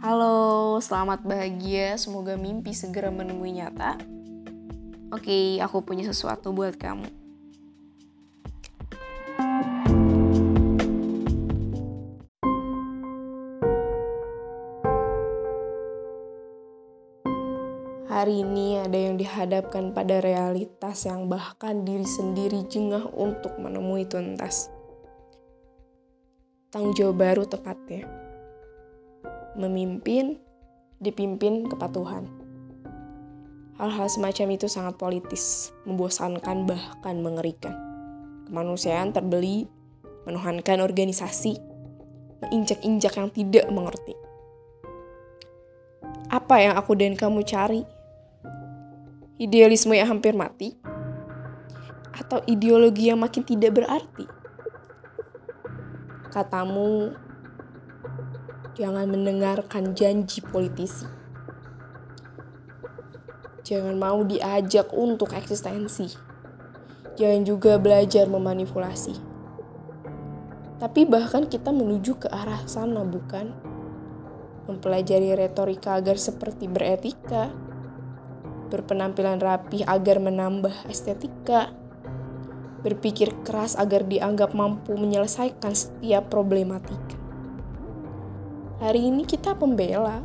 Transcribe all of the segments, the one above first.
Halo, selamat bahagia. Semoga mimpi segera menemui nyata. Oke, aku punya sesuatu buat kamu. Hari ini ada yang dihadapkan pada realitas yang bahkan diri sendiri jengah untuk menemui tuntas. Tanggung jawab baru tepatnya. Memimpin, dipimpin kepatuhan. Hal-hal semacam itu sangat politis, membosankan bahkan mengerikan. Kemanusiaan terbeli, menuhankan organisasi, menginjak-injak yang tidak mengerti. Apa yang aku dan kamu cari? Idealisme yang hampir mati? Atau ideologi yang makin tidak berarti? Katamu, jangan mendengarkan janji politisi. Jangan mau diajak untuk eksistensi. Jangan juga belajar memanipulasi. Tapi bahkan kita menuju ke arah sana, bukan? Mempelajari retorika agar seperti beretika. Berpenampilan rapi agar menambah estetika. Berpikir keras agar dianggap mampu menyelesaikan setiap problematika. Hari ini kita pembela.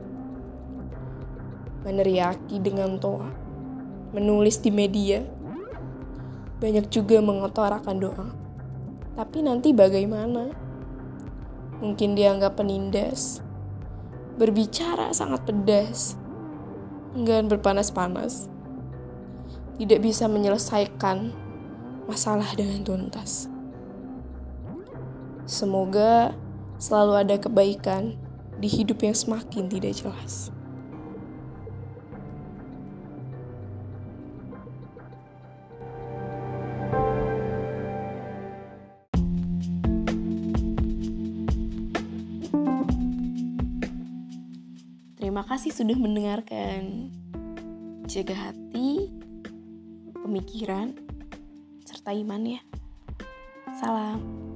Meneriaki dengan toa. Menulis di media. Banyak juga mengotorakan doa. Tapi nanti bagaimana? Mungkin dianggap penindas. Berbicara sangat pedas. Enggan berpanas-panas. Tidak bisa menyelesaikan masalah dengan tuntas. Semoga selalu ada kebaikan di hidup yang semakin tidak jelas. Terima kasih sudah mendengarkan. Jaga hati, pemikiran, serta iman ya. Salam.